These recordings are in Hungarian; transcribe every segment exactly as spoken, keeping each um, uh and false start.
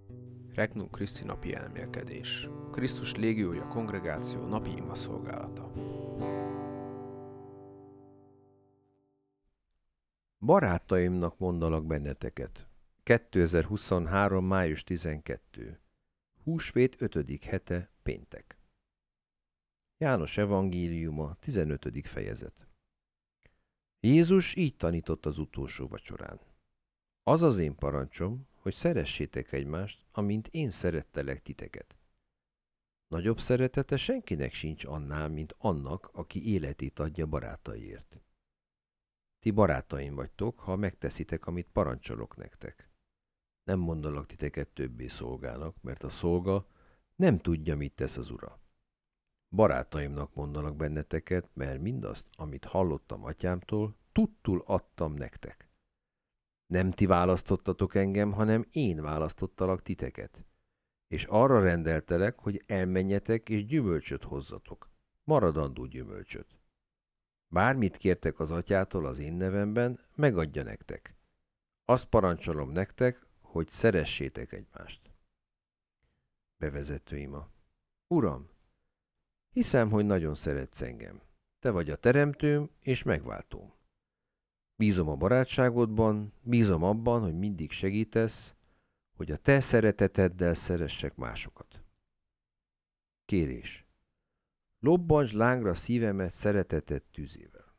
Regnum Christi napi elmélkedés. Krisztus légiója kongregáció napi ima szolgálata. Barátaimnak mondalak benneteket. kétezer-huszonhárom. május tizenkettő. Húsvét ötödik hete, péntek. János evangéliuma, tizenötödik fejezet. Jézus így tanított az utolsó vacsorán. Az az én parancsom, hogy szeressétek egymást, amint én szerettelek titeket. Nagyobb szeretete senkinek sincs annál, mint annak, aki életét adja barátaiért. Ti barátaim vagytok, ha megteszitek, amit parancsolok nektek. Nem mondalak titeket többé szolgának, mert a szolga nem tudja, mit tesz az ura. Barátaimnak mondalak benneteket, mert mindazt, amit hallottam atyámtól, tudtul adtam nektek. Nem ti választottatok engem, hanem én választottalak titeket. És arra rendeltelek, hogy elmenjetek és gyümölcsöt hozzatok, maradandó gyümölcsöt. Bármit kértek az atyától az én nevemben, megadja nektek. Azt parancsolom nektek, hogy szeressétek egymást. Bevezető ima. Uram, hiszem, hogy nagyon szeretsz engem. Te vagy a teremtőm és megváltóm. Bízom a barátságodban, bízom abban, hogy mindig segítesz, hogy a te szereteteddel szeressek másokat. Kérés. Lobbantsd lángra szívemet szereteted tűzével.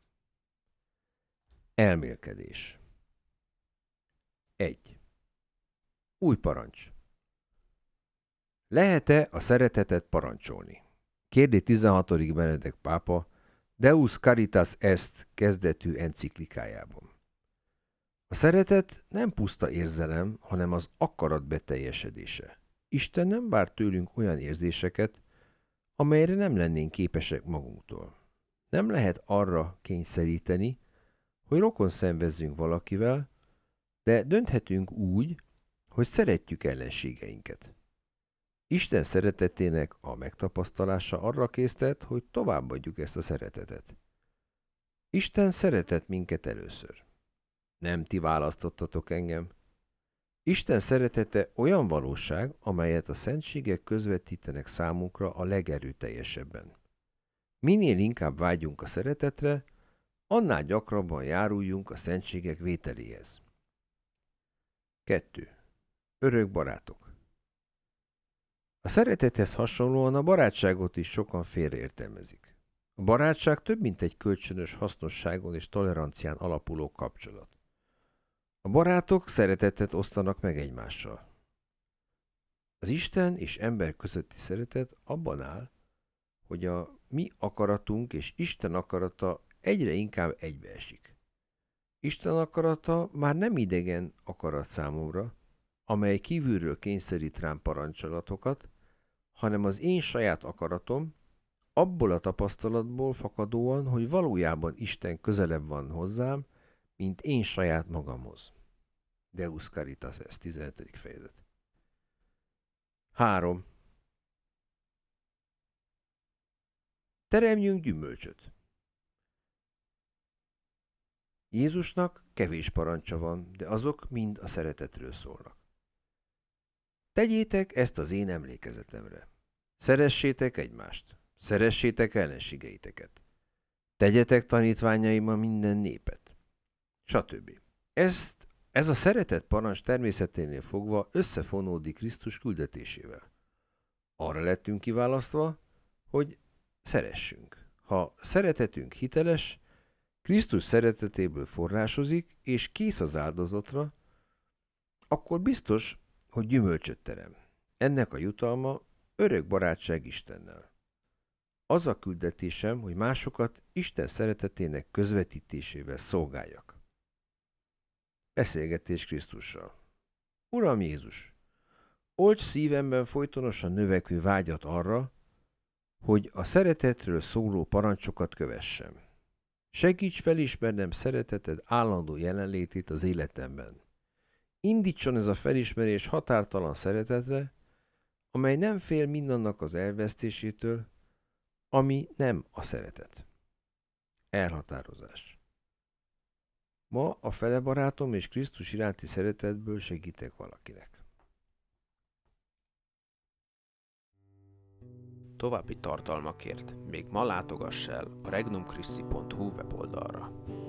Elmélkedés. egy. Új parancs. Lehet-e a szeretetet parancsolni? Kérdi tizenhatodik Benedek pápa Deus Caritas Est kezdetű enciklikájában. A szeretet nem puszta érzelem, hanem az akarat beteljesedése. Isten nem vár tőlünk olyan érzéseket, amelyre nem lennénk képesek magunktól. Nem lehet arra kényszeríteni, hogy rokon szenvezzünk valakivel, de dönthetünk úgy, hogy szeretjük ellenségeinket. Isten szeretetének a megtapasztalása arra késztet, hogy továbbadjuk ezt a szeretetet. Isten szeretett minket először. Nem ti választottatok engem. Isten szeretete olyan valóság, amelyet a szentségek közvetítenek számunkra a legerőteljesebben. Minél inkább vágyunk a szeretetre, annál gyakrabban járuljunk a szentségek vételéhez. kettő. Örök barátok. A szeretethez hasonlóan a barátságot is sokan félreértelmezik. A barátság több, mint egy kölcsönös hasznosságon és tolerancián alapuló kapcsolat. A barátok szeretetet osztanak meg egymással. Az Isten és ember közötti szeretet abban áll, hogy a mi akaratunk és Isten akarata egyre inkább egybeesik. Isten akarata már nem idegen akarat számomra, amely kívülről kényszerít rám parancsolatokat, hanem az én saját akaratom, abból a tapasztalatból fakadóan, hogy valójában Isten közelebb van hozzám, mint én saját magamhoz. Deus Caritas Est, tizenhetedik fejezet. három. Teremjünk gyümölcsöt. Jézusnak kevés parancsa van, de azok mind a szeretetről szólnak. Tegyétek ezt az én emlékezetemre. Szeressétek egymást. Szeressétek ellenségeiteket. Tegyetek tanítványaimmal minden népet. Stb. Ezt, ez a szeretet parancs természeténél fogva összefonódik Krisztus küldetésével. Arra lettünk kiválasztva, hogy szeressünk. Ha szeretetünk hiteles, Krisztus szeretetéből forrásozik, és kész az áldozatra, akkor biztos, hogy gyümölcsöt terem. Ennek a jutalma örök barátság Istennel. Az a küldetésem, hogy másokat Isten szeretetének közvetítésével szolgáljak. Beszélgetés Krisztussal. Uram Jézus, olts szívemben folytonosan növekvő vágyat arra, hogy a szeretetről szóló parancsokat kövessem. Segíts felismernem szereteted állandó jelenlétét az életemben. Indítson ez a felismerés határtalan szeretetre, amely nem fél mindannak az elvesztésétől, ami nem a szeretet. Elhatározás. Ma a fele barátom és Krisztus iránti szeretetből segítek valakinek. További tartalmakért még ma látogass el a regnum christi pont hu weboldalra.